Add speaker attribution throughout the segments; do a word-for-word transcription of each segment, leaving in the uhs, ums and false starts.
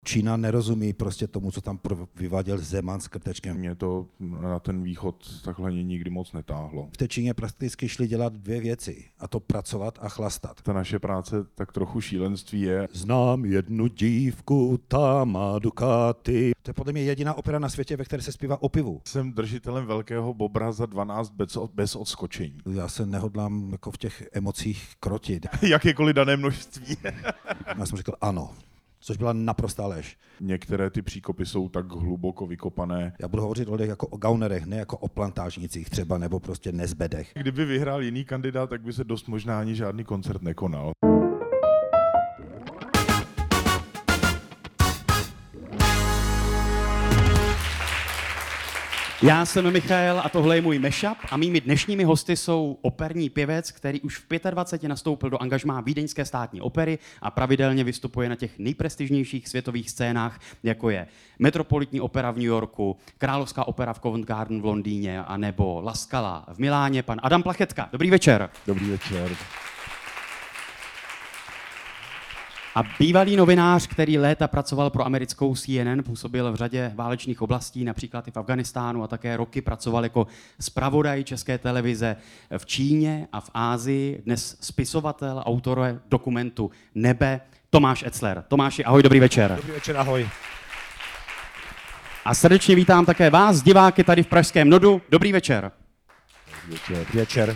Speaker 1: Čína nerozumí prostě tomu, co tam vyváděl Zeman s Krtečkem.
Speaker 2: Mě to na ten východ takhle nikdy moc netáhlo.
Speaker 1: V té Číně prakticky šli dělat dvě věci, a to pracovat a chlastat.
Speaker 2: Ta naše práce tak trochu šílenství je.
Speaker 1: Znám jednu dívku, ta má Ducati. To je podle mě jediná opera na světě, ve které se zpívá o pivu.
Speaker 2: Jsem držitelem velkého bobra za dvanáct bez, bez odskočení.
Speaker 1: Já se nehodlám jako v těch emocích krotit.
Speaker 2: Jakékoliv dané množství.
Speaker 1: Já jsem řekl ano, což byla naprostá lež.
Speaker 2: Některé ty příkopy jsou tak hluboko vykopané.
Speaker 1: Já budu hovořit o lidech jako o gaunerech, ne jako o plantážnicích třeba, nebo prostě nezbedech.
Speaker 2: Kdyby vyhrál jiný kandidát, tak by se dost možná ani žádný koncert nekonal.
Speaker 3: Já jsem Michael a tohle je můj mashup a mými dnešními hosty jsou operní pěvec, který už v dvaceti pěti nastoupil do angažmá Vídeňské státní opery a pravidelně vystupuje na těch nejprestižnějších světových scénách, jako je Metropolitní opera v New Yorku, Královská opera v Covent Garden v Londýně a nebo La Scala v Miláně. Pan Adam Plachetka. Dobrý večer.
Speaker 2: Dobrý večer.
Speaker 3: A bývalý novinář, který léta pracoval pro americkou C N N, působil v řadě válečných oblastí, například i v Afghánistánu a také roky pracoval jako zpravodaj České televize v Číně a v Asii. Dnes spisovatel, autor dokumentu Nebe, Tomáš Etzler. Tomáši, ahoj, dobrý večer.
Speaker 1: Dobrý večer, ahoj.
Speaker 3: A srdečně vítám také vás, diváky tady v pražském Nodu. Dobrý večer.
Speaker 2: Dobrý večer.
Speaker 1: Dobrý večer.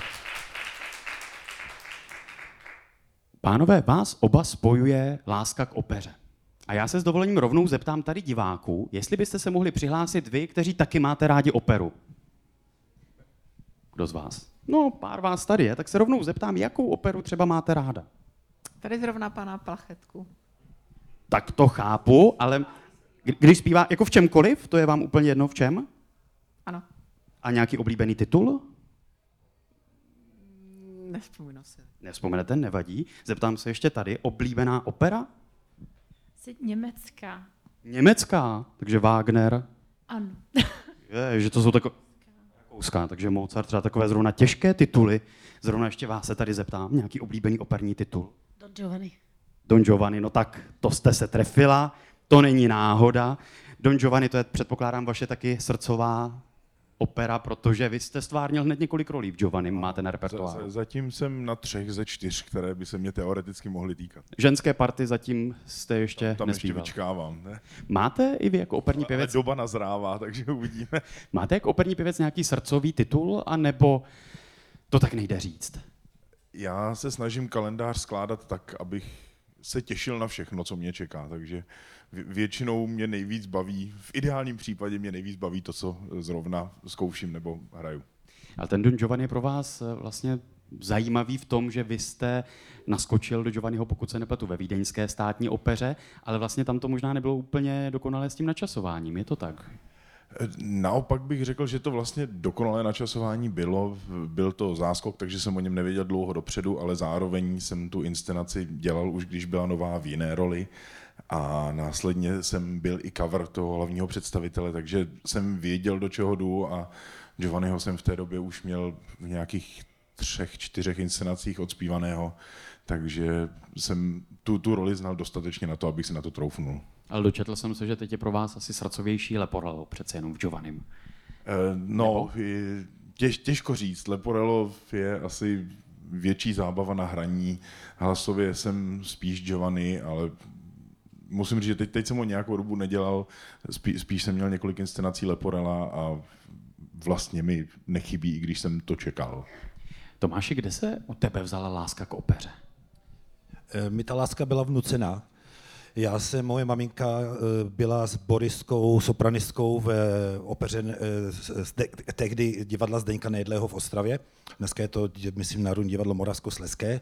Speaker 3: Pánové, vás oba spojuje láska k opeře. A já se s dovolením rovnou zeptám tady diváků, jestli byste se mohli přihlásit vy, kteří taky máte rádi operu. Kdo z vás? No, pár vás tady je, tak se rovnou zeptám, jakou operu třeba máte ráda.
Speaker 4: Tady zrovna pana Plachetku.
Speaker 3: Tak to chápu, ale když zpívá jako v čemkoliv, to je vám úplně jedno v čem?
Speaker 4: Ano.
Speaker 3: A nějaký oblíbený titul?
Speaker 4: Nevzpomínám si.
Speaker 3: Nevzpomenete, nevadí. Zeptám se ještě tady, oblíbená opera?
Speaker 5: Jsi německá.
Speaker 3: Německá, takže Wagner.
Speaker 5: Ano.
Speaker 3: Je, že to jsou takové rakouská, takže Mozart, třeba takové zrovna těžké tituly. Zrovna ještě vás se tady zeptám, nějaký oblíbený operní titul.
Speaker 5: Don Giovanni.
Speaker 3: Don Giovanni, no tak to jste se trefila, to není náhoda. Don Giovanni, to je, předpokládám, vaše taky srdcová opera, protože vy jste stvárnil hned několik rolí v Giovannim, máte na repertoáru.
Speaker 2: Zatím jsem na třech ze čtyř, které by se mě teoreticky mohly týkat.
Speaker 3: Ženské party zatím jste ještě
Speaker 2: Tam
Speaker 3: nespíval.
Speaker 2: ještě vyčkávám, ne?
Speaker 3: Máte i vy jako operní pěvec?
Speaker 2: Ale doba nazrává, takže uvidíme.
Speaker 3: Máte jako operní pěvec nějaký srdcový titul, anebo to tak nejde říct?
Speaker 2: Já se snažím kalendář skládat tak, abych se těšil na všechno, co mě čeká, takže většinou mě nejvíc baví, v ideálním případě mě nejvíc baví to, co zrovna zkouším nebo hraju.
Speaker 3: Ale ten Don Giovanni je pro vás vlastně zajímavý v tom, že vy jste naskočil do Giovanniho, pokud se nepletu, ve Vídeňské státní opeře, ale vlastně tam to možná nebylo úplně dokonalé s tím načasováním, je to tak?
Speaker 2: Naopak bych řekl, že to vlastně dokonalé načasování bylo, byl to záskok, takže jsem o něm nevěděl dlouho dopředu, ale zároveň jsem tu inscenaci dělal už, když byla nová v jiné roli a následně jsem byl i cover toho hlavního představitele, takže jsem věděl, do čeho jdu a Giovanniho jsem v té době už měl v nějakých třech, čtyřech inscenacích odspívaného, takže jsem tu, tu roli znal dostatečně na to, abych si na to troufnul.
Speaker 3: Ale dočetl jsem se, že teď je pro vás asi srdcovější Leporello, přece jenom v Giovannim.
Speaker 2: No, těž, těžko říct. Leporello je asi větší zábava na hraní. Hlasově jsem spíš Giovanni, ale musím říct, že teď, teď jsem ho nějakou dobu nedělal. Spí, spíš jsem měl několik inscenací Leporella a vlastně mi nechybí, i když jsem to čekal.
Speaker 3: Tomáši, kde se u tebe vzala láska k opeře?
Speaker 1: Mi ta láska byla vnucená. Já jsem, moje maminka byla s Boriskou, sopranistkou v opeře tehdy divadla Zdeňka Nejedlého v Ostravě. Dneska je to, myslím, Národní divadlo Moravskoslezské.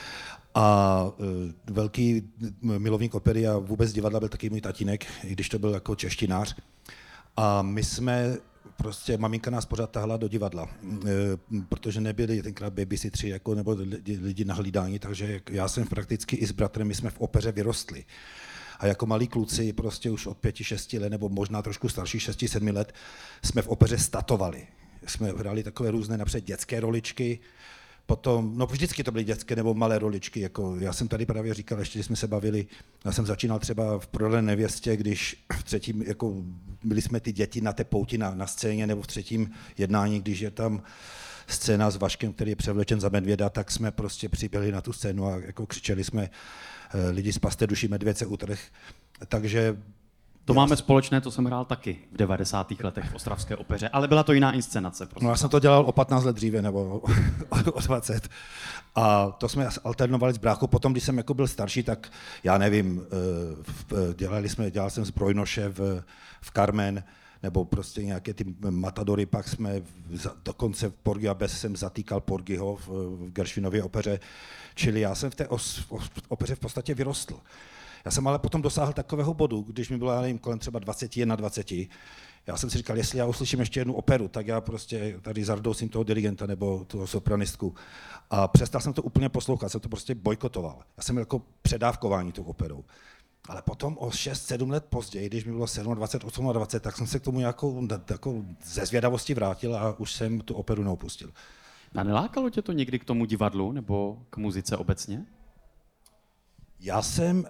Speaker 1: A velký milovník opery a vůbec divadla byl taky můj tatínek, i když to byl jako češtinář. A my jsme prostě, maminka nás pořád tahla do divadla, protože nebyli tenkrát babysitři jako, nebo lidi na hlídání, takže já jsem prakticky i s bratrem, my jsme v opeře vyrostli. A jako malí kluci prostě už od pěti, šesti let, nebo možná trošku starší, šesti, sedmi let, jsme v opeře statovali. Jsme hráli takové různé napřed dětské roličky, Potom, no vždycky to byly dětské nebo malé roličky, jako já jsem tady právě říkal, ještě jsme se bavili, já jsem začínal třeba v Prodané nevěstě, když v třetím, jako byli jsme ty děti na té pouti na, na scéně, nebo v třetím jednání, když je tam scéna s Vaškem, který je převlečen za medvěda, tak jsme prostě přiběhli na tu scénu a jako křičeli jsme lidi spasté duši, medvěd se utrh, takže
Speaker 3: To máme společné, to jsem hrál taky v devadesátých letech v ostravské opeře, ale byla to jiná inscenace. Prostě.
Speaker 1: No já jsem to dělal o patnáct let dříve, nebo o dvacet. A to jsme alternovali s bráchou. Potom, když jsem jako byl starší, tak já nevím, dělali jsme, dělal jsem zbrojnoše v, v Carmen, nebo prostě nějaké ty matadory, pak jsme dokonce v Porgy a Bess jsem zatýkal Porgyho v, v Gershwinově opeře. Čili já jsem v té os, opeře v podstatě vyrostl. Já jsem ale potom dosáhl takového bodu, když mi bylo, já nevím, kolem třeba dvacet jedna dvacet. Já jsem si říkal, jestli já uslyším ještě jednu operu, tak já prostě tady zardousím toho dirigenta nebo toho sopranistku. A přestal jsem to úplně poslouchat, jsem to prostě bojkotoval. Já jsem měl jako předávkování tou operou. Ale potom o šest sedm let později, když mi bylo dvacet sedm, dvacet osm, tak jsem se k tomu jako, jako ze zvědavosti vrátil a už jsem tu operu neopustil.
Speaker 3: A nelákalo tě to někdy k tomu divadlu nebo k muzice obecně?
Speaker 1: Já jsem,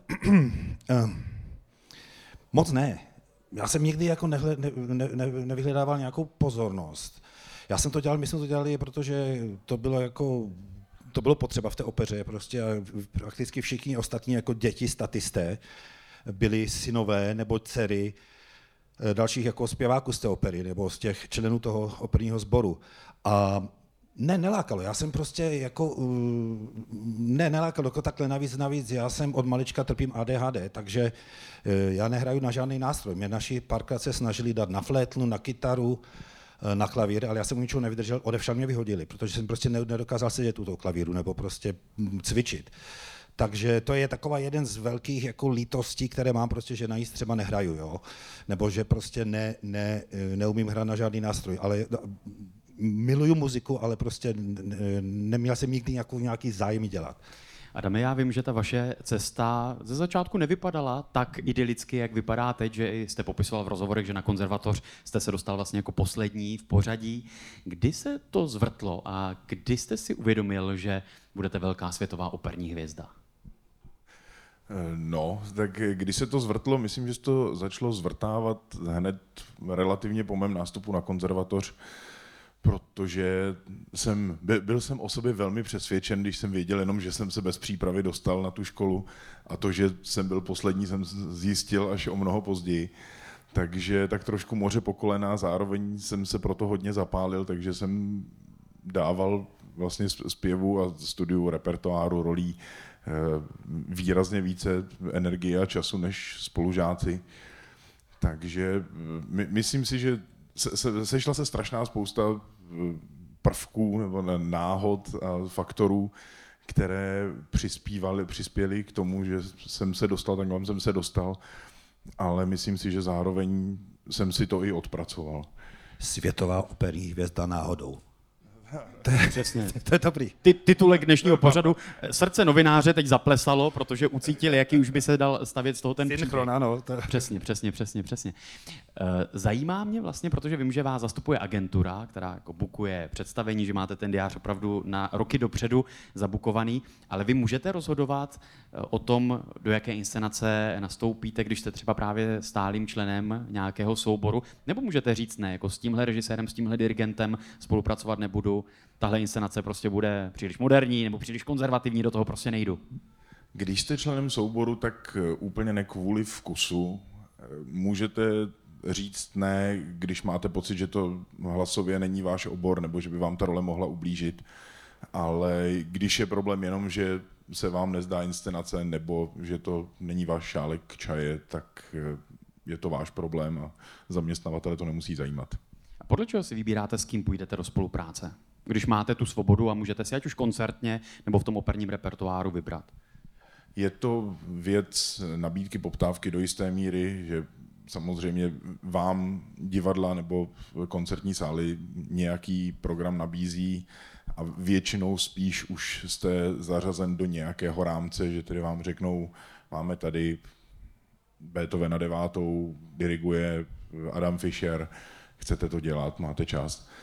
Speaker 1: moc ne. Já jsem nikdy jako nehle, ne, ne, ne, nevyhledával nějakou pozornost. Já jsem to dělal, my jsme to dělali, protože to bylo jako, to bylo potřeba v té opeře, prostě prakticky všichni ostatní jako děti statisté byli synové nebo dcery dalších jako zpěváků z té opery nebo z těch členů toho operního sboru. A ne, nelákalo, já jsem prostě jako, ne, nelákalo, jako takhle navíc, navíc, já jsem od malička trpím A D H D, takže já nehraju na žádný nástroj. Mě naši párkrát se snažili dát na flétnu, na kytaru, na klavír, ale já jsem u ničeho nevydržel, odevšad mě vyhodili, protože jsem prostě nedokázal sedět u toho klavíru nebo prostě cvičit. Takže to je taková jeden z velkých jako lítostí, které mám prostě, že na jíst třeba nehraju, jo? Nebo že prostě ne, ne, neumím hrát na žádný nástroj, ale miluju muziku, ale prostě neměl jsem nikdy nějakou, nějaký zájem dělat.
Speaker 3: Adame, já vím, že ta vaše cesta ze začátku nevypadala tak idylicky, jak vypadá teď, že jste popisoval v rozhovorech, že na konzervatoř jste se dostal vlastně jako poslední v pořadí. Kdy se to zvrtlo a kdy jste si uvědomil, že budete velká světová operní hvězda?
Speaker 2: No, tak když se to zvrtlo, myslím, že se to začalo zvrtávat hned relativně po mém nástupu na konzervatoř, protože jsem, byl jsem o sobě velmi přesvědčen, když jsem věděl jenom, že jsem se bez přípravy dostal na tu školu a to, že jsem byl poslední, jsem zjistil až o mnoho později. Takže tak trošku moře po kolena, zároveň jsem se proto hodně zapálil, takže jsem dával vlastně zpěvu a studiu repertoáru rolí výrazně více energie a času než spolužáci. Takže my, myslím si, že se, se, sešla se strašná spousta prvků nebo náhod a faktorů, které přispívaly, přispěly k tomu, že jsem se dostal, takhle jsem se dostal, ale myslím si, že zároveň jsem si to i odpracoval.
Speaker 1: Světová operní hvězda náhodou. To je,
Speaker 3: Přesně.
Speaker 1: To je dobrý.
Speaker 3: Ty, titulek dnešního pořadu. Srdce novináře teď zaplesalo, protože ucítili, jaký už by se dal stavět z toho ten
Speaker 1: Synchron, ano. To...
Speaker 3: Přesně, přesně, přesně, přesně. Zajímá mě vlastně, protože vím, že vás zastupuje agentura, která jako bukuje představení, že máte ten diář opravdu na roky dopředu zabukovaný, ale vy můžete rozhodovat o tom, do jaké inscenace nastoupíte, když jste třeba právě stálým členem nějakého souboru, nebo můžete říct ne, jako s tímhle režisérem, s tímhle dirigentem spolupracovat nebudu, tahle inscenace prostě bude příliš moderní nebo příliš konzervativní, do toho prostě nejdu.
Speaker 2: Když jste členem souboru, tak úplně ne kvůli vkusu. Můžete říct ne, když máte pocit, že to hlasově není váš obor, nebo že by vám ta role mohla ublížit, ale když je problém jenom, že se vám nezdá inscenace, nebo že to není váš šálek čaje, tak je to váš problém a zaměstnavatele to nemusí zajímat.
Speaker 3: A podle čeho si vybíráte, s kým půjdete do spolupráce? Když máte tu svobodu a můžete si ať už koncertně nebo v tom operním repertoáru vybrat.
Speaker 2: Je to věc nabídky, poptávky do jisté míry, že samozřejmě vám divadla nebo koncertní sály nějaký program nabízí a většinou spíš už jste zařazen do nějakého rámce, že tedy vám řeknou, máme tady Beethovena devátou, diriguje Adam Fischer, chcete to dělat, máte čas.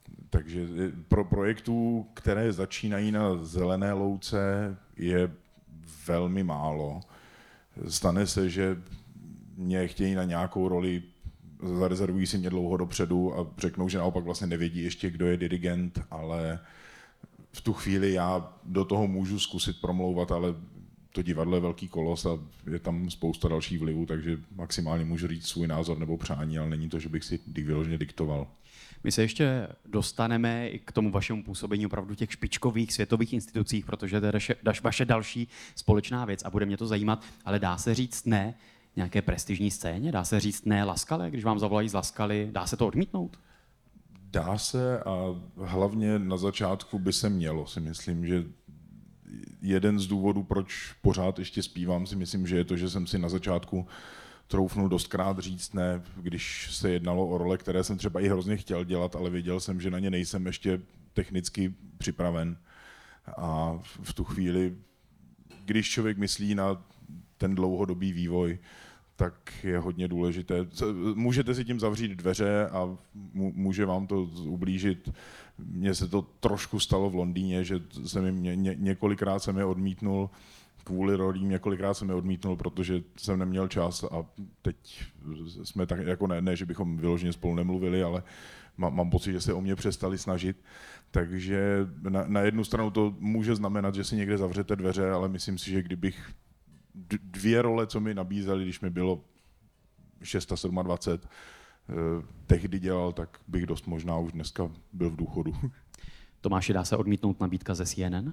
Speaker 2: Takže pro projektů, které začínají na zelené louce, je velmi málo. Stane se, že mě chtějí na nějakou roli, zarezervují si mě dlouho dopředu a řeknou, že naopak vlastně nevědí ještě, kdo je dirigent, ale v tu chvíli já do toho můžu zkusit promlouvat, ale to divadlo je velký kolos a je tam spousta dalších vlivů, takže maximálně můžu říct svůj názor nebo přání, ale není to, že bych si vyloženě diktoval.
Speaker 3: My se ještě dostaneme i k tomu vašemu působení opravdu těch špičkových světových institucích, protože to je daš, vaše další společná věc a bude mě to zajímat, ale dá se říct ne nějaké prestižní scéně? Dá se říct ne Laskale, když vám zavolají z Laskaly? Dá se to odmítnout?
Speaker 2: Dá se a hlavně na začátku by se mělo, si myslím, že jeden z důvodů, proč pořád ještě zpívám, si myslím, že je to, že jsem si na začátku troufnul dostkrát říct ne, když se jednalo o role, které jsem třeba i hrozně chtěl dělat, ale věděl jsem, že na ně nejsem ještě technicky připraven. A v tu chvíli, když člověk myslí na ten dlouhodobý vývoj, tak je hodně důležité. Můžete si tím zavřít dveře a může vám to ublížit. Mně se to trošku stalo v Londýně, že jsem jim ně, ně, několikrát jsem je odmítnul kvůli rolím, několikrát jsem je odmítnul, protože jsem neměl čas a teď jsme tak jako ne, ne že bychom vyloženě spolu nemluvili, ale má, mám pocit, že se o mě přestali snažit. Takže na, na jednu stranu to může znamenat, že si někde zavřete dveře, ale myslím si, že kdybych dvě role, co mi nabízeli, když mi bylo dvacet šest, tehdy dělal, tak bych dost možná už dneska byl v důchodu.
Speaker 3: Tomáši, dá se odmítnout nabídka ze C N N?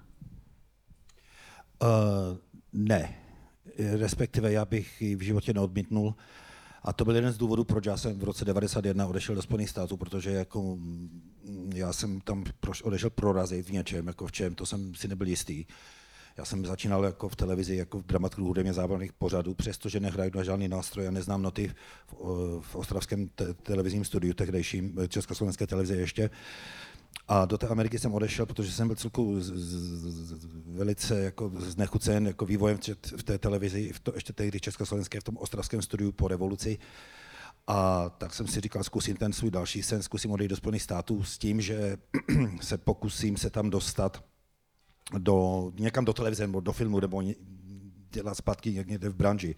Speaker 1: Uh, ne, respektive já bych ji v životě neodmítnul. A to byl jeden z důvodů, proč já jsem v roce devadesát jedna odešel do Spojených států, protože jako já jsem tam odešel prorazit v něčem, jako v čem, to jsem si nebyl jistý. Já jsem začínal jako v televizi, jako v dramaturgu hudebně zábavných pořadů, přestože nehraju na žádný nástroj a neznám noty v, v ostravském te- televizním studiu, tehdejším československé televize ještě. A do té Ameriky jsem odešel, protože jsem byl celku z, z, velice jako znechucen jako vývojem v té televizi, v to, ještě tehdy československé, v tom ostravském studiu po revoluci. A tak jsem si říkal, zkusím ten svůj další sen, zkusím odejít do Spojených států s tím, že se pokusím se tam dostat do, někam do televize nebo do filmu, nebo dělat zpátky někde v branži.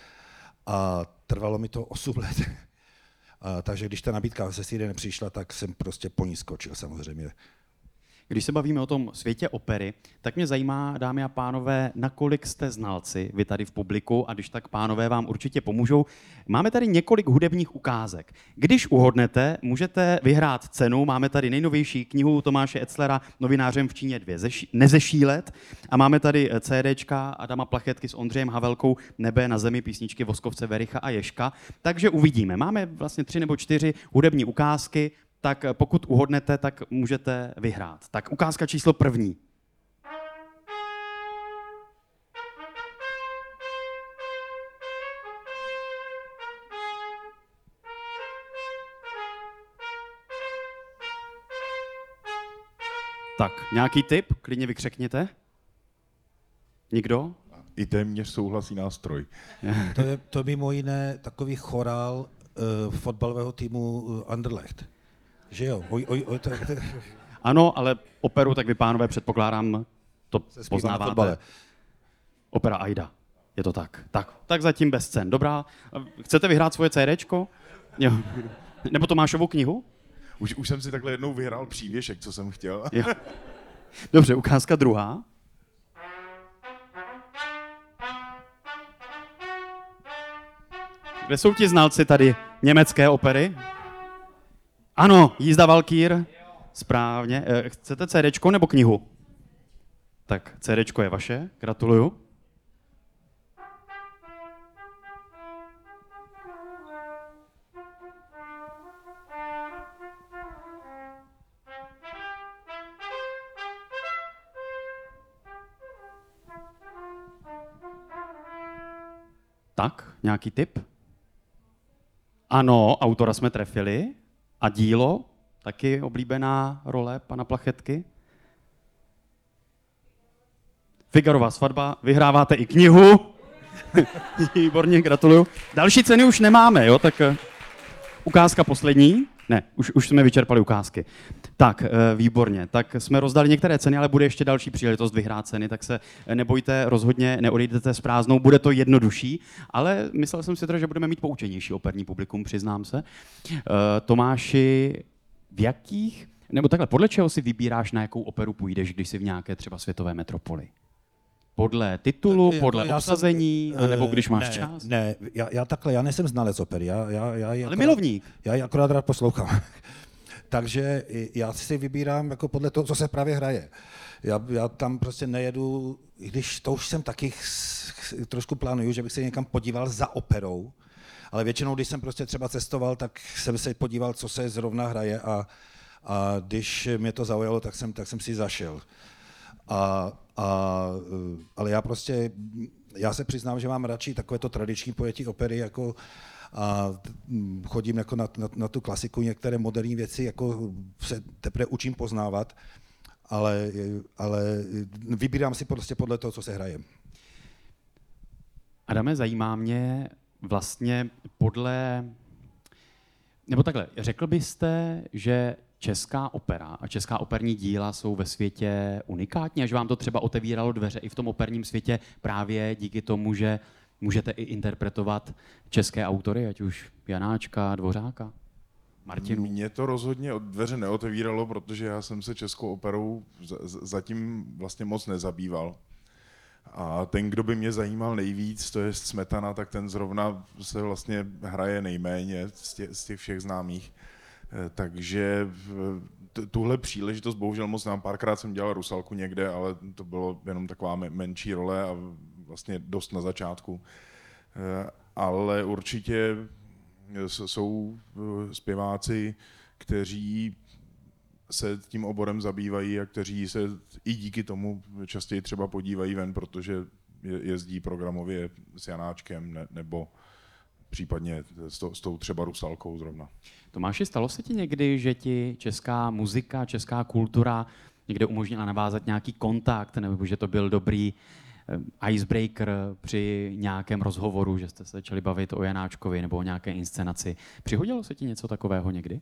Speaker 1: A trvalo mi to osm let. A, takže když ta nabídka se Syrie nepřišla, tak jsem prostě po ní skočil samozřejmě.
Speaker 3: Když se bavíme o tom světě opery, tak mě zajímá, dámy a pánové, nakolik jste znalci vy tady v publiku, a když tak pánové vám určitě pomůžou. Máme tady několik hudebních ukázek. Když uhodnete, můžete vyhrát cenu. Máme tady nejnovější knihu Tomáše Etzlera, novinářem v Číně dvě zeši- nezešílet. A máme tady CDčka Adama Plachetky s Ondřejem Havelkou, Nebe na zemi, písničky Voskovce, Vericha a Ježka. Takže uvidíme. Máme vlastně tři nebo čtyři hudební ukázky. Tak pokud uhodnete, tak můžete vyhrát. Tak ukázka číslo první. Tak, nějaký tip? Klidně vykřekněte. Nikdo?
Speaker 2: I téměř souhlasí nástroj.
Speaker 1: To je to mimo jiné takový chorál uh, fotbalového týmu uh, Anderlecht. Že jo? Oj, oj, oj, to, to...
Speaker 3: Ano, ale operu, tak vy pánové předpokládám, to poznáváte. Opera Aida. Je to tak. Tak, tak zatím bez cen. Dobrá. Chcete vyhrát svoje CDčko? Jo. Nebo Tomášovu knihu?
Speaker 2: Už, už jsem si takhle jednou vyhrál přívěšek, co jsem chtěl.
Speaker 3: Jo. Dobře, ukázka druhá. Kde jsou ti znalci tady německé opery? Ano, Jízda Valkýr. Správně. Chcete CDčko nebo knihu? Tak CDčko je vaše, gratuluju. Tak, nějaký tip? Ano, autora jsme trefili. A dílo? Taky oblíbená role pana Plachetky? Figarova svatba, vyhráváte i knihu. Výborně, gratuluju. Další ceny už nemáme, jo, tak ukázka poslední. Ne, už, už jsme vyčerpali ukázky. Tak, e, výborně. Tak jsme rozdali některé ceny, ale bude ještě další příležitost vyhrát ceny, tak se nebojte, rozhodně neodejdete s prázdnou, bude to jednodušší, ale myslel jsem si teda, že budeme mít poučenější operní publikum, přiznám se. E, Tomáši, v jakých, nebo takhle, podle čeho si vybíráš, na jakou operu půjdeš, když jsi v nějaké třeba světové metropoli? Podle titulu, podle
Speaker 1: já
Speaker 3: obsazení,
Speaker 1: jsem,
Speaker 3: nebo když máš
Speaker 1: ne,
Speaker 3: čas?
Speaker 1: Ne, já, já takhle, já nejsem znalec opery, já, já, já
Speaker 3: Ale
Speaker 1: akorát,
Speaker 3: milovník.
Speaker 1: Já ji akorát rád poslouchám. Takže já si vybírám jako podle toho, co se právě hraje. Já, já tam prostě nejedu, i když to už jsem taky trošku plánuju, že bych se někam podíval za operou, ale většinou, když jsem prostě třeba cestoval, tak jsem se podíval, co se zrovna hraje a, a když mě to zaujalo, tak jsem, tak jsem si zašel. A, a, ale já prostě, já se přiznám, že mám radši takovéto tradiční pojetí opery, jako a chodím jako na, na, na tu klasiku, některé moderní věci jako se teprve učím poznávat, ale, ale vybírám si prostě podle toho, co se hraje.
Speaker 3: Adame, zajímá mě vlastně podle, nebo takhle, řekl byste, že česká opera a česká operní díla jsou ve světě unikátní a že vám to třeba otevíralo dveře i v tom operním světě právě díky tomu, že můžete i interpretovat české autory, ať už Janáčka, Dvořáka, Martinu?
Speaker 2: Mně to rozhodně od dveře neotevíralo, protože já jsem se českou operou zatím vlastně moc nezabýval. A ten, kdo by mě zajímal nejvíc, to je Smetana, tak ten zrovna se vlastně hraje nejméně z těch, z těch všech známých. Takže tuhle příležitost, bohužel moc nám, párkrát jsem dělal Rusalku někde, ale to bylo jenom taková menší role a vlastně dost na začátku. Ale určitě jsou zpěváci, kteří se tím oborem zabývají a kteří se i díky tomu častěji třeba podívají ven, protože jezdí programově s Janáčkem ne, nebo případně s, to, s tou třeba Rusalkou zrovna.
Speaker 3: Tomáši, stalo se ti někdy, že ti česká muzika, česká kultura někde umožnila navázat nějaký kontakt, nebo že to byl dobrý icebreaker při nějakém rozhovoru, že jste se začali bavit o Janáčkovi nebo o nějaké inscenaci? Přihodilo se ti něco takového někdy?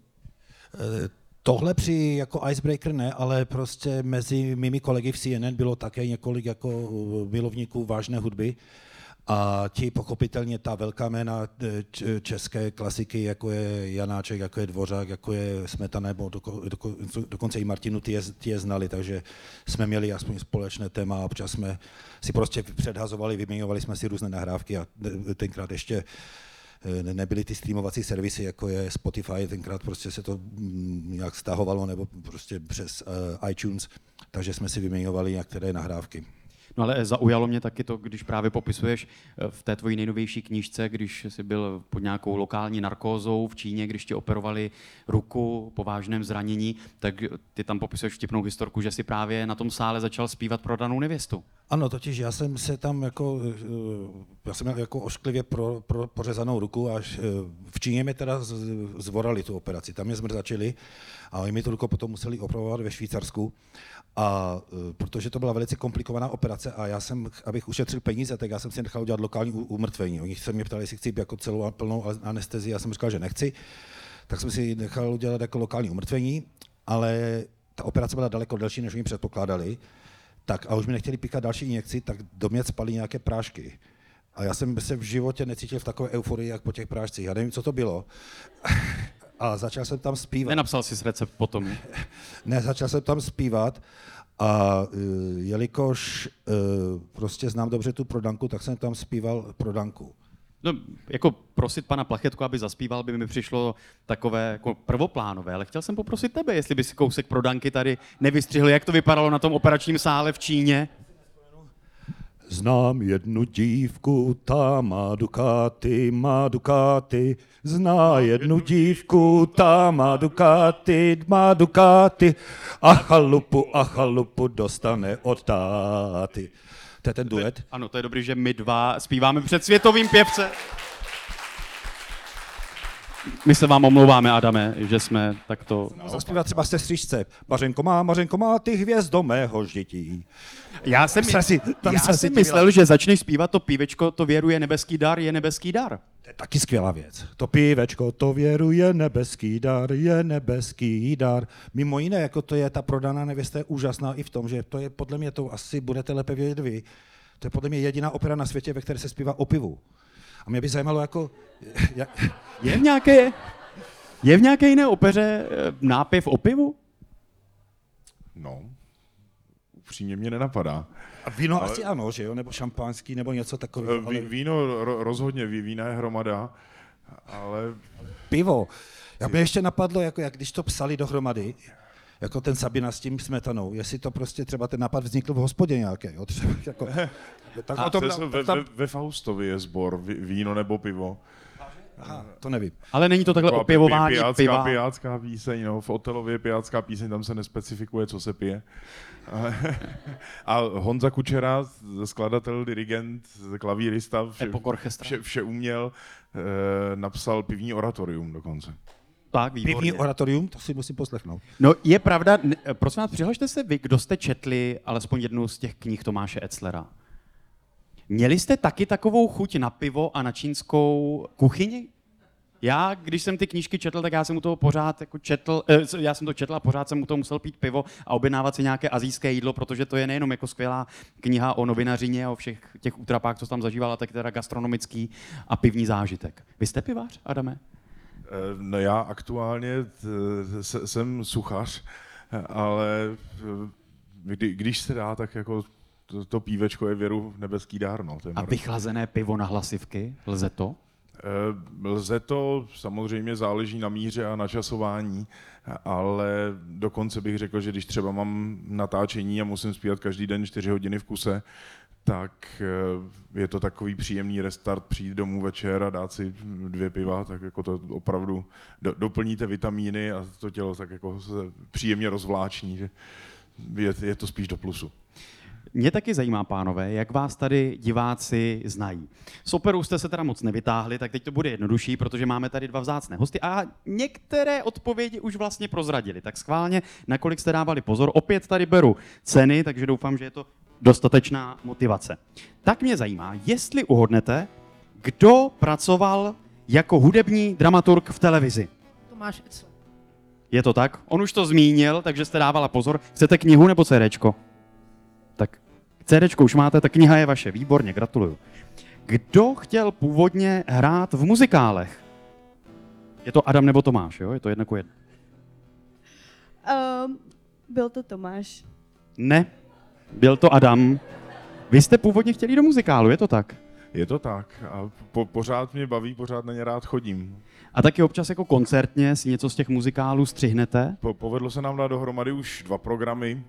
Speaker 1: Tohle při jako icebreaker ne, ale prostě mezi mými kolegy v C N N bylo také několik jako milovníků vážné hudby a ti pochopitelně ta velká jména české klasiky, jako je Janáček, jako je Dvořák, jako je Smetana, nebo doko, doko, dokonce i Martinu, ty je, ty je znali, takže jsme měli aspoň společné téma a občas jsme si prostě předhazovali, vyměňovali jsme si různé nahrávky a tenkrát ještě nebyly ty streamovací servisy, jako je Spotify, tenkrát prostě se to nějak stahovalo nebo prostě přes uh, iTunes, takže jsme si vyměňovali některé nahrávky.
Speaker 3: No ale zaujalo mě taky to, když právě popisuješ v té tvojí nejnovější knížce, když jsi byl pod nějakou lokální narkózou v Číně, když ti operovali ruku po vážném zranění, tak ty tam popisuješ vtipnou historku, že si právě na tom sále začal zpívat pro danou nevěstu.
Speaker 1: Ano, totiž já jsem se tam jako, já jsem měl jako ošklivě pro, pro, pořezanou ruku, až v Číně mi teda zvorali tu operaci, tam mě zmrzačili a oni mi tu ruku potom museli operovat ve Švýcarsku. A protože to byla velice komplikovaná operace a já jsem, abych ušetřil peníze, tak já jsem si nechal udělat lokální umrtvení. Oni se mě ptali, jestli chci jako celou a plnou anestezii, já jsem říkal, že nechci, tak jsem si nechal udělat jako lokální umrtvení, ale ta operace byla daleko delší, než oni předpokládali, tak a už mi nechtěli píkat další injekci, tak do mě spali nějaké prášky. A já jsem se v životě necítil v takové euforii, jak po těch prášcích. Já nevím, co to bylo. A začal jsem tam zpívat.
Speaker 3: Nenapsal jsi recept potom?
Speaker 1: Ne, začal jsem tam zpívat a uh, jelikož uh, prostě znám dobře tu prodanku, tak jsem tam zpíval prodanku.
Speaker 3: No, jako prosit pana Plachetku, aby zaspíval, by mi přišlo takové jako prvoplánové, ale chtěl jsem poprosit tebe, jestli by si kousek prodanky tady nevystřihl, jak to vypadalo na tom operačním sále v Číně.
Speaker 1: Znám jednu dívku, ta má dukáty, má dukáty. Zná jednu dívku, ta má dukáty, má dukáty. A chalupu, a chalupu dostane od táty. To je ten duet?
Speaker 3: Ano, to je dobrý, že my dva zpíváme před světovým pěvcem. My se vám omlouváme, Adame, že jsme takto...
Speaker 1: Zaspívat třeba sestřičce. Mařenko má, Mařenko má, ty hvězdo mého žití.
Speaker 3: Já jsem,
Speaker 1: Tam si- tam
Speaker 3: já
Speaker 1: jsem si
Speaker 3: jsem
Speaker 1: ti
Speaker 3: myslel, že začneš zpívat to pívečko, to věru je nebeský dar, je nebeský dar.
Speaker 1: To je taky skvělá věc. To pívečko, to věru je nebeský dar, je nebeský dar. Mimo jiné, jako to je ta prodaná nevěsta je úžasná i v tom, že to je podle mě, to asi budete lépe vědět vy, to je podle mě jediná opera na světě, ve které se zpívá o pivu. A mě by zajímalo, jako... Jak...
Speaker 3: Je v nějaké, je v nějaké jiné opeře eh, nápěv o pivu?
Speaker 2: No, upřímně mě nenapadá.
Speaker 1: A víno
Speaker 2: Ale-
Speaker 1: asi ano, že jo? Nebo šampánský, nebo něco takového.
Speaker 2: Ví,
Speaker 1: Ale
Speaker 2: víno ro, rozhodně, ví, vína je hromada, ale
Speaker 1: pivo. Jak mě ještě napadlo, jako jak když to psali dohromady, jako ten Sabina s tím smetanou, jestli to prostě třeba ten nápad vznikl v hospodě nějaké, jo? Třeba, jako, tak o tom,
Speaker 2: to, ve,
Speaker 1: tam,
Speaker 2: ve, ve Faustovi je sbor ví- víno nebo pivo.
Speaker 1: aha, to nevím.
Speaker 3: Ale není to takhle
Speaker 2: Taková
Speaker 3: opěvování
Speaker 2: pijácká,
Speaker 3: piva.
Speaker 2: pijácká píseň, no, v Otelově pijácká píseň, tam se nespecifikuje, co se pije. A, a Honza Kučera, skladatel, dirigent, klavírista, vše,
Speaker 3: Epok orchestra.
Speaker 2: vše, vše uměl, eh, napsal pivní oratorium dokonce.
Speaker 3: Tak,
Speaker 1: Pivní
Speaker 3: výborně.
Speaker 1: oratorium, to si musím poslechnout.
Speaker 3: No je pravda, n- prosím vás, přihlašte se vy, kdo jste četli alespoň jednu z těch knih Tomáše Etzlera. Měli jste taky takovou chuť na pivo a na čínskou kuchyni? Já, když jsem ty knížky četl, tak já jsem u toho pořád jako četl, eh, já jsem to četl a pořád jsem u toho musel pít pivo a objednávat si nějaké asijské jídlo, protože to je nejenom jako skvělá kniha o novinařině a o všech těch útrapách, co tam zažívala, tak teda gastronomický a pivní zážitek. Vy jste pivař, Adame?
Speaker 2: Eh, No já aktuálně t- se- jsem suchař, ale eh, kdy, když se dá, tak jako to, to pívečko je věru nebeský dár. No, to je
Speaker 3: A
Speaker 2: mar-
Speaker 3: vychlazené pivo na hlasivky, lze to?
Speaker 2: Eh, Lze to, samozřejmě záleží na míře a na časování, ale dokonce bych řekl, že když třeba mám natáčení a musím zpívat každý den čtyři hodiny v kuse, tak eh, je to takový příjemný restart, přijít domů večer a dát si dvě piva, tak jako to opravdu do, doplníte vitamíny a to tělo tak jako se příjemně rozvláční, že je, je to spíš do plusu.
Speaker 3: Mě taky zajímá, pánové, jak vás tady diváci znají. S operou jste se teda moc nevytáhli, tak teď to bude jednodušší, protože máme tady dva vzácné hosty a některé odpovědi už vlastně prozradili. Tak schválně, nakolik jste dávali pozor, opět tady beru ceny, takže doufám, že je to dostatečná motivace. Tak mě zajímá, jestli uhodnete, kdo pracoval jako hudební dramaturg v televizi.
Speaker 5: Tomáš Ecl.
Speaker 3: Je to tak? On už to zmínil, takže jste dávala pozor. Chcete knihu nebo CDčko? Tak CDčko už máte, ta kniha je vaše. Výborně, gratuluju. Kdo chtěl původně hrát v muzikálech? Je to Adam nebo Tomáš, jo? Je to jedna ku jedna.
Speaker 6: Um, byl to Tomáš.
Speaker 3: Ne, byl to Adam. Vy jste původně chtěli do muzikálu, je to tak?
Speaker 2: Je to tak a po, pořád mě baví, pořád na ně rád chodím.
Speaker 3: A taky občas jako koncertně si něco z těch muzikálů střihnete?
Speaker 2: Po, povedlo se nám dát dohromady už dva programy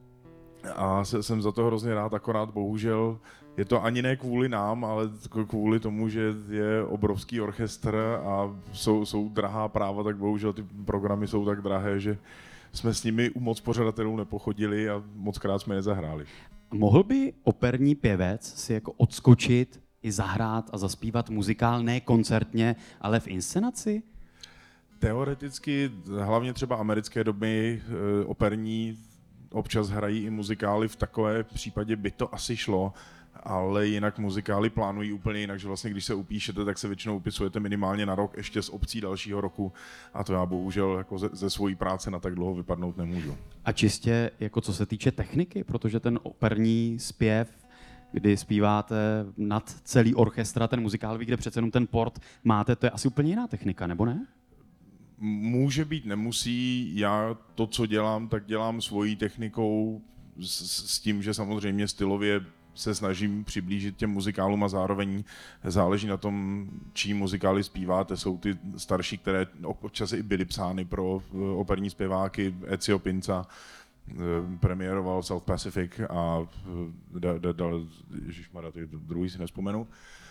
Speaker 2: a se, jsem za to hrozně rád, akorát bohužel je to ani ne kvůli nám, ale k- kvůli tomu, že je obrovský orchestr a jsou, jsou drahá práva, tak bohužel ty programy jsou tak drahé, že jsme s nimi u moc pořadatelů nepochodili a moc krát jsme nezahráli.
Speaker 3: Mohl by operní pěvec si jako odskočit i zahrát a zaspívat muzikál ne koncertně, ale v inscenaci?
Speaker 2: Teoreticky, hlavně třeba americké doby e, operní, občas hrají i muzikály, v takové případě by to asi šlo, ale jinak muzikály plánují úplně jinak, že vlastně když se upíšete, tak se většinou upisujete minimálně na rok, ještě s opcí dalšího roku a to já bohužel jako ze, ze svojí práce na tak dlouho vypadnout nemůžu.
Speaker 3: A čistě jako co se týče techniky, protože ten operní zpěv, kdy zpíváte nad celý orchestra, ten muzikálový, kde přece jenom ten port máte, to je asi úplně jiná technika, nebo ne?
Speaker 2: Může být, nemusí. Já to, co dělám, tak dělám svojí technikou s, s tím, že samozřejmě stylově se snažím přiblížit těm muzikálům a zároveň záleží na tom, čí muzikály zpíváte. Jsou ty starší, které občas i byly psány pro operní zpěváky, Ezio Pinza, premiéroval South Pacific a dal, da, da, ježišmarja, druhý si nespomenu.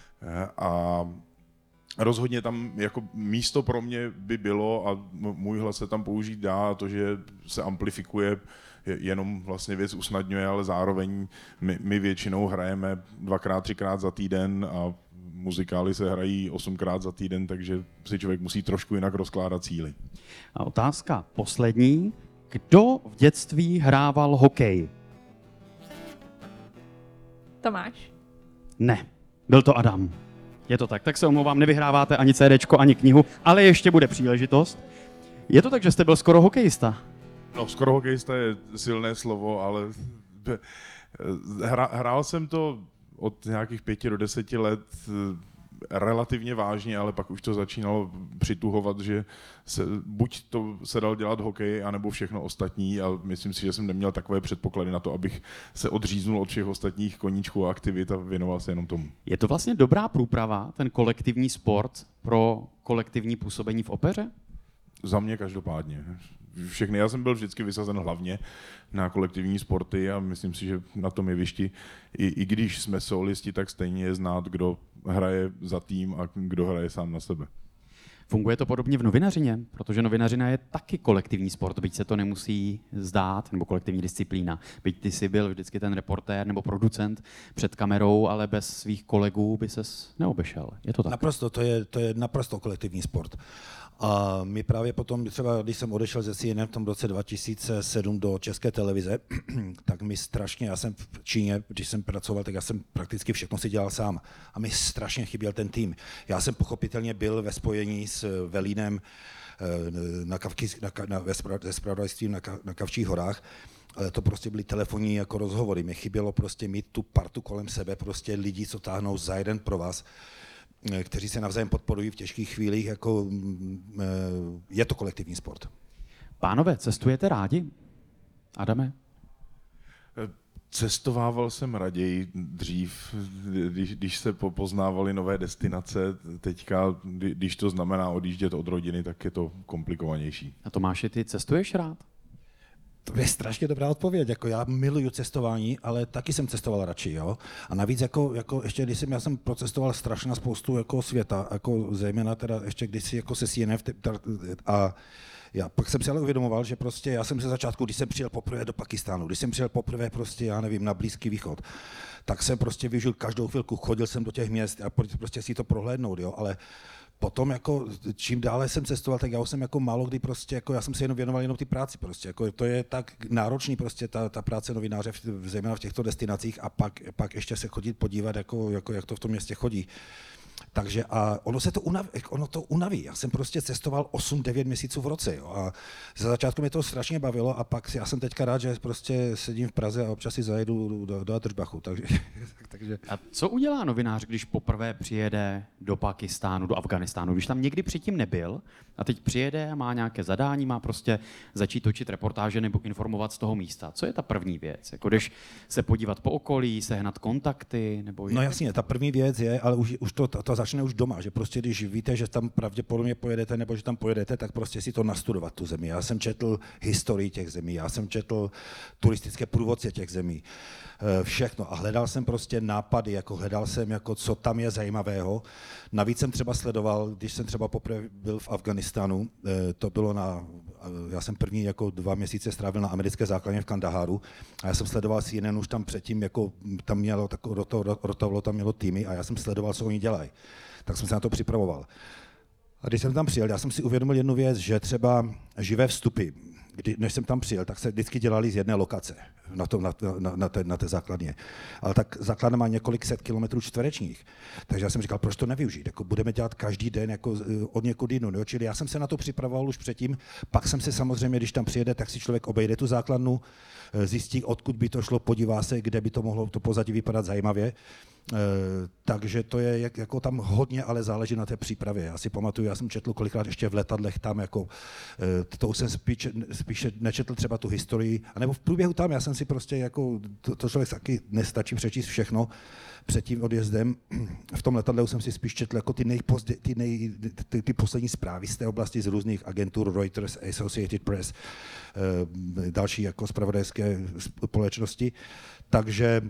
Speaker 2: A rozhodně tam jako místo pro mě by bylo a můj hlas se tam použít dá, to, že se amplifikuje, jenom vlastně věc usnadňuje, ale zároveň my, my většinou hrajeme dvakrát, třikrát za týden a muzikály se hrají osmkrát za týden, takže si člověk musí trošku jinak rozkládat síly.
Speaker 3: A otázka poslední. Kdo v dětství hrával hokej?
Speaker 4: Tomáš.
Speaker 3: Ne, byl to Adam. Je to tak, tak se omlouvám, nevyhráváte ani CDčko, ani knihu, ale ještě bude příležitost. Je to tak, že jste byl skoro hokejista?
Speaker 2: No, skoro hokejista je silné slovo, ale hra, hrál jsem to od nějakých pěti do deseti let relativně vážně, ale pak už to začínalo přituhovat, že se, buď to se dal dělat hokej, anebo všechno ostatní, a myslím si, že jsem neměl takové předpoklady na to, abych se odříznul od všech ostatních koníčků a aktivit a věnoval se jenom tomu.
Speaker 3: Je to vlastně dobrá průprava, ten kolektivní sport pro kolektivní působení v opeře?
Speaker 2: Za mě každopádně. Všechny, já jsem byl vždycky vysazen hlavně na kolektivní sporty a myslím si, že na tom jevišti, i, i když jsme solisti, tak stejně je znát, kdo hraje za tým a kdo hraje sám na sebe.
Speaker 3: Funguje to podobně v novinařině, protože novinařina je taky kolektivní sport, byť se to nemusí zdát, nebo kolektivní disciplína. Byť ty jsi byl vždycky ten reportér nebo producent před kamerou, ale bez svých kolegů by ses neobešel. Je to tak?
Speaker 1: Naprosto, to je, to je naprosto kolektivní sport. A my právě potom, třeba když jsem odešel ze C N N v tom roce dva tisíce sedm do České televize, tak mi strašně, já jsem v Číně, když jsem pracoval, tak já jsem prakticky všechno si dělal sám. A mi strašně chyběl ten tým. Já jsem pochopitelně byl ve spojení s Velínem na Kavky, na, na, ve zpravodajství na, na Kavčích horách, ale to prostě byly telefonní jako rozhovory. Mě chybělo prostě mít tu partu kolem sebe, prostě lidi, co táhnou za jeden pro vás, kteří se navzájem podporují v těžkých chvílích, jako je to kolektivní sport.
Speaker 3: Pánové, cestujete rádi? Adame?
Speaker 2: Cestovával jsem raději dřív, když, když se poznávaly nové destinace. Teďka, když to znamená odjíždět od rodiny, tak je to komplikovanější.
Speaker 3: A Tomáši, ty cestuješ rád?
Speaker 1: To je strašně dobrá odpověď. Jako já miluju cestování, ale taky jsem cestoval radši, jo. A navíc jako, jako ještě když jsem, já jsem procestoval strašně spoustu jako světa, jako zejména teda ještě když si jako se C N N a já pak jsem si ale uvědomoval, že prostě já jsem ze začátku, když jsem přijel poprvé do Pakistánu, když jsem přijel poprvé prostě, já nevím, na Blízký východ, tak jsem prostě využil každou chvilku, chodil jsem do těch měst a prostě si to prohlédnout, jo, ale potom jako čím dále jsem cestoval, tak já už jsem jako málo kdy prostě, jako já jsem se jenom věnoval jenom ty práci prostě, jako to je tak náročný prostě ta, ta práce novináře, v, zejména v těchto destinacích a pak, pak ještě se chodit podívat, jako, jako jak to v tom městě chodí. Takže a ono se to unaví, ono to unaví. Já jsem prostě cestoval osm devět měsíců v roce, jo, a za začátku mě to strašně bavilo a pak já jsem teďka rád, že prostě sedím v Praze a občas si zajedu do, do Atržbachu, takže, takže...
Speaker 3: A co udělá novinář, když poprvé přijede do Pakistánu, do Afghánistánu, když tam někdy předtím nebyl a teď přijede a má nějaké zadání, má prostě začít točit reportáže nebo informovat z toho místa? Co je ta první věc? Jako jdeš se podívat po okolí, sehnat kontakty? Nebo
Speaker 1: no jasně, ta první věc je, ale už, už to, to, to začne už doma, že prostě když víte, že tam pravděpodobně pojedete nebo že tam pojedete, tak prostě si to nastudovat tu zemi. Já jsem četl historii těch zemí, já jsem četl turistické průvodce těch zemí, všechno a hledal jsem prostě nápady, jako hledal jsem, jako co tam je zajímavého. Navíc jsem třeba sledoval, když jsem třeba poprvé byl v Afghánistánu, to bylo na, já jsem první jako dva měsíce strávil na americké základně v Kandaháru a já jsem sledoval C N N už tam předtím, jako tam mělo, rotovalo tam mělo týmy a já jsem sledoval, co oni dělají. Tak jsem se na to připravoval. A když jsem tam přijel, já jsem si uvědomil jednu věc, že třeba živé vstupy, kdy, než jsem tam přijel, tak se vždycky dělali z jedné lokace na, tom, na, na, na, té, na té základně. Ale tak základna má několik set kilometrů čtverečních. Takže já jsem říkal, proč to nevyužít? Jako budeme dělat každý den jako od někud jinou. No? Čili já jsem se na to připravoval už předtím, pak jsem se samozřejmě, když tam přijede, tak si člověk obejde tu základnu, zjistí, odkud by to šlo, podívá se, kde by to mohlo to pozadí vypadat zajímavě. Uh, takže to je jak, jako tam hodně, ale záleží na té přípravě. Já si pamatuju, já jsem četl kolikrát ještě v letadlech tam, jako, uh, to už jsem spíše, spíše nečetl třeba tu historii, anebo v průběhu tam, já jsem si prostě, jako, to, to člověk taky nestačí přečíst všechno před tím odjezdem. V tom letadle jsem si spíš četl jako ty, nejpozdě, ty, nej, ty, ty poslední zprávy z té oblasti z různých agentur, Reuters, Associated Press, uh, další jako zpravodajské společnosti. Takže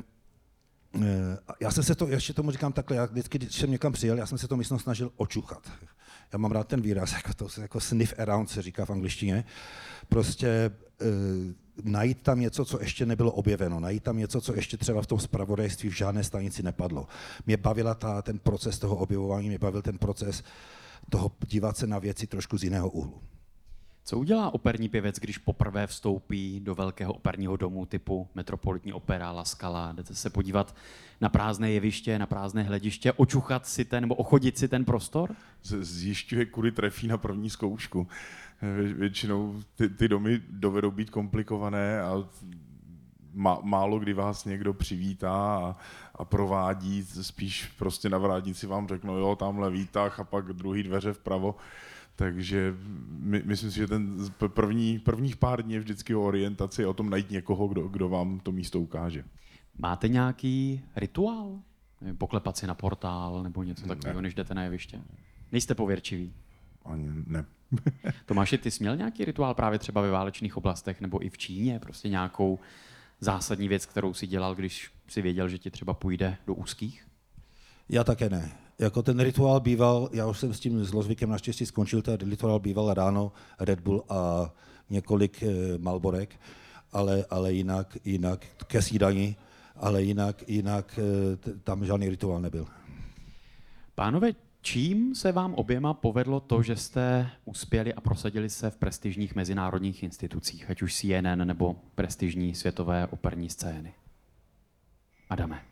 Speaker 1: já jsem se to, ještě tomu říkám takhle, já vždycky, když jsem někam přijel, já jsem se to místnost snažil očuchat. Já mám rád ten výraz, jako to jako sniff around se říká v angličtině. Prostě e, najít tam něco, co ještě nebylo objeveno, najít tam něco, co ještě třeba v tom zpravodajství v žádné stanici nepadlo. Mě bavila ta, ten proces toho objevování, mě bavil ten proces toho dívat se na věci trošku z jiného úhlu.
Speaker 3: Co udělá operní pěvec, když poprvé vstoupí do velkého operního domu typu Metropolitní opera, La Scala? Jdete se podívat na prázdné jeviště, na prázdné hlediště, očuchat si ten, nebo ochodit si ten prostor?
Speaker 2: Z- Zjišťuje, kudy trefí na první zkoušku. Vě- Většinou ty, ty domy dovedou být komplikované a má, málo kdy vás někdo přivítá a, a provádí, spíš prostě na vrátnici vám řeknou, jo, tamhle výtah a pak druhý dveře vpravo. Takže my, myslím si, že ten z- první, prvních pár dní je vždycky o orientaci, o tom najít někoho, kdo, kdo vám to místo ukáže.
Speaker 3: Máte nějaký rituál? Nevím, poklepat si na portál nebo něco takového, než jdete na jeviště? Nejste pověrčiví.
Speaker 2: Ani ne.
Speaker 3: Tomáši, ty jsi měl nějaký rituál právě třeba ve válečných oblastech nebo i v Číně? Prostě nějakou zásadní věc, kterou si dělal, když si věděl, že ti třeba půjde do úzkých?
Speaker 1: Já také ne. Jako ten rituál býval, já už jsem s tím zlozvykem naštěstí skončil, ten rituál býval ráno Red Bull a několik e, Malborek, ale, ale jinak, jinak ke snídani, ale jinak, jinak e, t- tam žádný rituál nebyl.
Speaker 3: Pánové, čím se vám oběma povedlo to, že jste uspěli a prosadili se v prestižních mezinárodních institucích, ať už C N N nebo prestižní světové operní scény? Adame.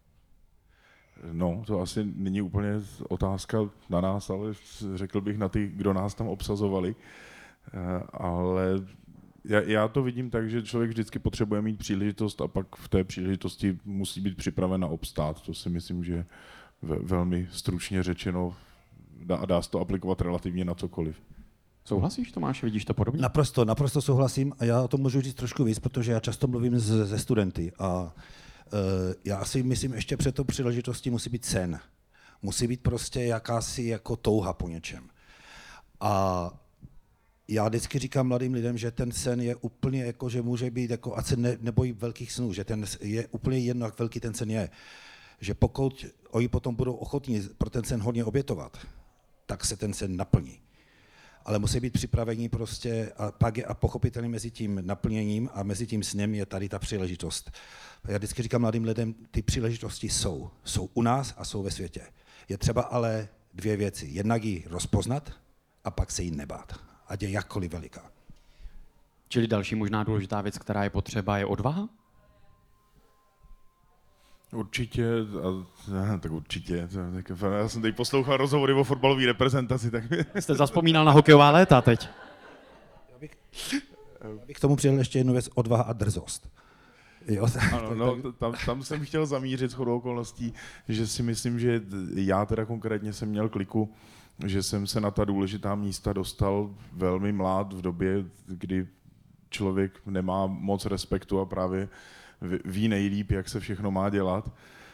Speaker 2: No, to asi není úplně otázka na nás, ale řekl bych na ty, kdo nás tam obsazovali. Eh, Ale já, já to vidím tak, že člověk vždycky potřebuje mít příležitost a pak v té příležitosti musí být připraven na obstát. To si myslím, že je ve- velmi stručně řečeno dá, a dá se to aplikovat relativně na cokoliv.
Speaker 3: Souhlasíš, Tomáš? Vidíš to podobně?
Speaker 1: Naprosto, naprosto souhlasím a já o tom můžu říct trošku víc, protože já často mluvím s- se studenty a e, já si myslím, ještě před tou příležitostí musí být sen. Musí být prostě jakási jako touha po něčem. A já vždycky říkám mladým lidem, že ten sen je úplně jako, že může být jako, ať se ne, nebojí velkých snů, že ten s- je úplně jedno, jak velký ten sen je. Že pokud oni potom budou ochotní pro ten sen hodně obětovat, tak se ten sen naplní. Ale musí být připravení prostě a pak je a pochopitelně mezi tím naplněním a mezi tím snem je tady ta příležitost. Já vždycky říkám mladým lidem, ty příležitosti jsou. Jsou u nás a jsou ve světě. Je třeba ale dvě věci. Jednak ji rozpoznat a pak se jí nebát. Ať je jakkoliv veliká.
Speaker 3: Čili další možná důležitá věc, která je potřeba, je odvaha?
Speaker 2: Určitě, a, tak určitě. Tak, já jsem teď poslouchal rozhovory o fotbalové reprezentaci, tak
Speaker 3: Jste zaspomínal na hokejová léta teď.
Speaker 1: Já bych k tomu přidal ještě jednu věc, odvaha a drzost. Jo,
Speaker 2: ano, no, t- tam, tam jsem chtěl zamířit shodou okolností, že si myslím, že já teda konkrétně jsem měl kliku, že jsem se na ta důležitá místa dostal velmi mlád v době, kdy člověk nemá moc respektu a právě ví- ví nejlíp, jak se všechno má dělat.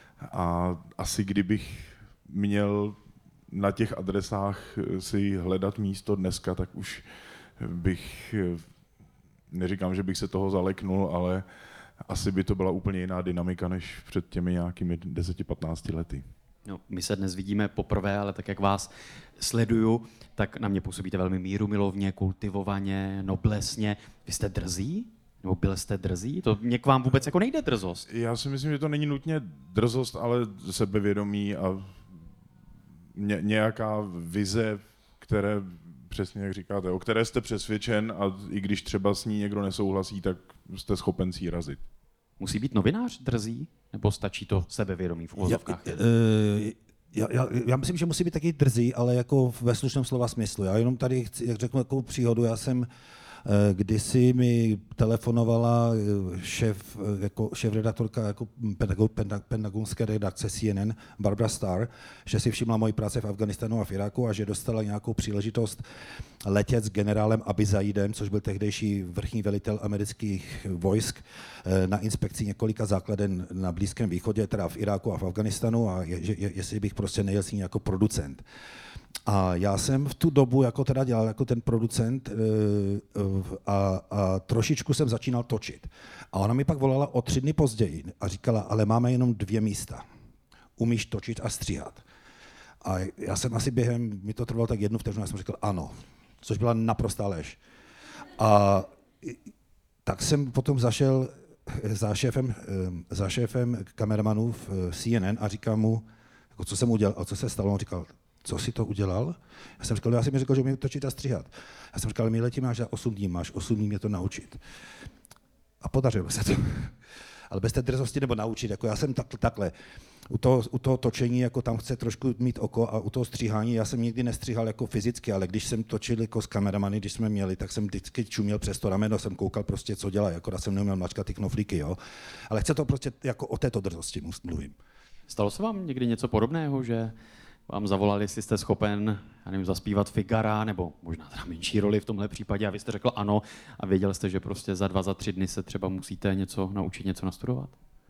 Speaker 2: A asi kdybych měl na těch adresách si hledat místo dneska, tak už bych, neříkám, že bych se toho zaleknul, ale asi by to byla úplně jiná dynamika než před těmi nějakými deseti patnácti lety.
Speaker 3: No, my se dnes vidíme poprvé, ale tak jak vás sleduju, tak na mě působíte velmi mírumilovně, kultivovaně, noblesně. Vy jste drzí? Nebo byl jste drzí? To mě k vám vůbec jako nejde drzost.
Speaker 2: Já si myslím, že to není nutně drzost, ale sebevědomí a ně, nějaká vize, které, přesně jak říkáte, o které jste přesvědčen a i když třeba s ní někdo nesouhlasí, tak jste schopen si ji razit.
Speaker 3: Musí být novinář drzí? Nebo stačí to sebevědomí v
Speaker 1: Já,
Speaker 3: uvozovkách?
Speaker 1: eh, já, já, já myslím, že musí být taky drzí, ale jako ve slušném slova smyslu. Já jenom tady, chci, jak řeknu takovou příhodu, já jsem eh, kdysi mi telefonovala eh, šéf, eh, jako šéf-redaktorka jako pedago- penda- pentagonské redakce C N N, Barbara Starr, že si všimla moji práce v Afganistanu a v Iráku a že dostala nějakou příležitost letět s generálem Abizaidem, což byl tehdejší vrchní velitel amerických vojsk, eh, na inspekci několika základen na Blízkém východě, teda v Iráku a v Afganistanu, a je, je, jestli bych prostě nejel s ní jako producent. A já jsem v tu dobu jako teda dělal jako ten producent eh, eh, a, a trošičku jsem začínal točit. A ona mi pak volala o tři dny později a říkala, ale máme jenom dvě místa. Umíš točit a stříhat. A já jsem asi během, mi to trvalo tak jednu vteřinu, já jsem říkal ano, což byla naprostá lež. A tak jsem potom zašel za šéfem, eh, za šéfem kameramanů v C N N a říkám mu, jako co jsem udělal a co se stalo. On říkal, co si to udělal? Já jsem říkal, já jsem mi řekl, že mě točit a stříhat. Já jsem říkal, Míle, ti máš osm dní, máš osm dní mě to naučit. A podařilo se to. Ale bez té drzosti nebo naučit, jako já jsem tak, takhle. U toho, u toho točení, jako tam chce trošku mít oko a u toho stříhání, já jsem nikdy nestříhal jako fyzicky, ale když jsem točil jako s kameramany, když jsme měli, tak jsem vždycky čuměl přes to rameno, jsem koukal prostě, co dělá, jako jsem neuměl mačkat ty knoflíky, jo. Ale chce to prostě jako o této drzosti mluvím.
Speaker 3: Stalo se vám někdy něco podobného, že vám zavolali, jestli jste schopen, já nevím, zaspívat Figara, nebo možná teda menší roli v tomhle případě, a vy jste řekl ano a věděl jste, že prostě za dva, za tři dny se třeba musíte něco naučit, něco nastudovat?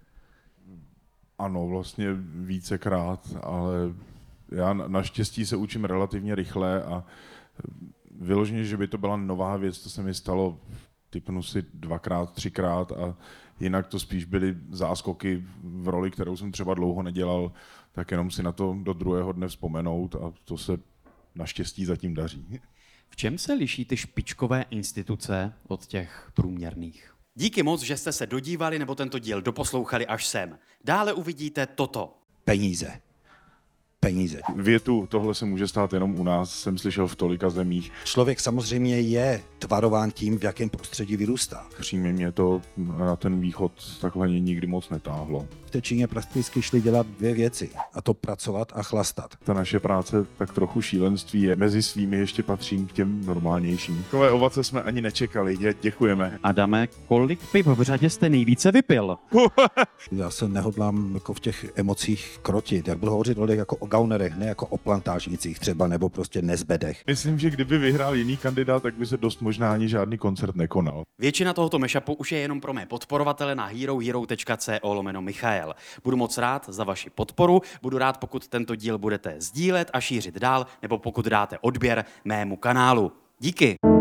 Speaker 2: Ano, vlastně vícekrát, ale já naštěstí se učím relativně rychle a vyloženě, že by to byla nová věc, to se mi stalo, typnu si dvakrát, třikrát a jinak to spíš byly záskoky v roli, kterou jsem třeba dlouho nedělal, tak jenom si na to do druhého dne vzpomenout a to se naštěstí zatím daří.
Speaker 3: V čem se liší ty špičkové instituce od těch průměrných? Díky moc, že jste se dodívali nebo tento díl doposlouchali až sem. Dále uvidíte toto.
Speaker 1: Peníze. Peníze.
Speaker 2: Větu, tohle se může stát jenom u nás, jsem slyšel v tolika zemích.
Speaker 1: Člověk samozřejmě je tvarován tím, v jakém prostředí vyrůstá.
Speaker 2: Přímě mě to na ten východ takhle nikdy moc netáhlo.
Speaker 1: V té Číně prakticky šli dělat dvě věci, a to pracovat a chlastat.
Speaker 2: Ta naše práce tak trochu šílenství je. Mezi svými ještě patřím k těm normálnějším. Takové ovace jsme ani nečekali, Dě, děkujeme.
Speaker 3: Adame, kolik piv v řadě jste nejvíce vypil?
Speaker 1: Já se nehodlám jako v těch emocích krotit. Jak budu hovořit o lidech jako o gaunerech, ne jako o plantážnicích třeba, nebo prostě nezbedech.
Speaker 2: Myslím, že kdyby vyhrál jiný kandidát, tak by se dost možná ani žádný koncert nekonal.
Speaker 3: Většina tohoto mashupu už je jenom pro mé podporovatele na herohero tečka co lomeno Michael. Budu moc rád za vaši podporu, budu rád, pokud tento díl budete sdílet a šířit dál, nebo pokud dáte odběr mému kanálu. Díky.